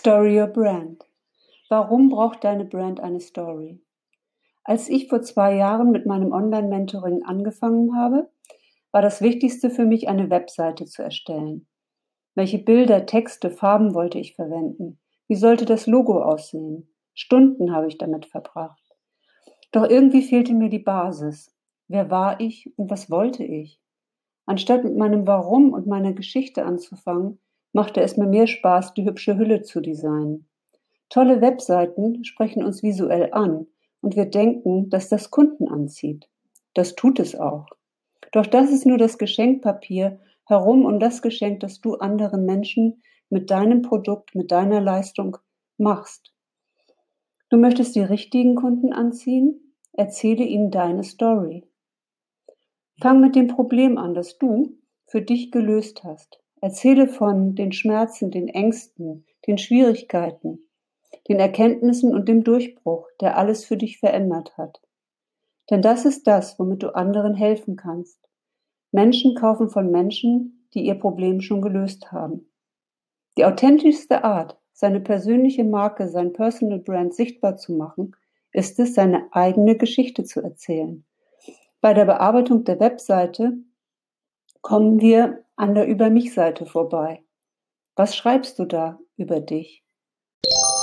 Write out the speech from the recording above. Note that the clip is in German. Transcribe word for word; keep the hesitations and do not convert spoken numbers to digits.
Story Your Brand. Warum braucht deine Brand eine Story? Als ich vor zwei Jahren mit meinem Online-Mentoring angefangen habe, war das Wichtigste für mich, eine Webseite zu erstellen. Welche Bilder, Texte, Farben wollte ich verwenden? Wie sollte das Logo aussehen? Stunden habe ich damit verbracht. Doch irgendwie fehlte mir die Basis. Wer war ich und was wollte ich? Anstatt mit meinem Warum und meiner Geschichte anzufangen, machte es mir mehr Spaß, die hübsche Hülle zu designen. Tolle Webseiten sprechen uns visuell an und wir denken, dass das Kunden anzieht. Das tut es auch. Doch das ist nur das Geschenkpapier herum um das Geschenk, das du anderen Menschen mit deinem Produkt, mit deiner Leistung machst. Du möchtest die richtigen Kunden anziehen? Erzähle ihnen deine Story. Fang mit dem Problem an, das du für dich gelöst hast. Erzähle von den Schmerzen, den Ängsten, den Schwierigkeiten, den Erkenntnissen und dem Durchbruch, der alles für dich verändert hat. Denn das ist das, womit du anderen helfen kannst. Menschen kaufen von Menschen, die ihr Problem schon gelöst haben. Die authentischste Art, seine persönliche Marke, sein Personal Brand sichtbar zu machen, ist es, seine eigene Geschichte zu erzählen. Bei der Bearbeitung der Webseite kommen wir an der Über-mich-Seite vorbei. Was schreibst du da über dich?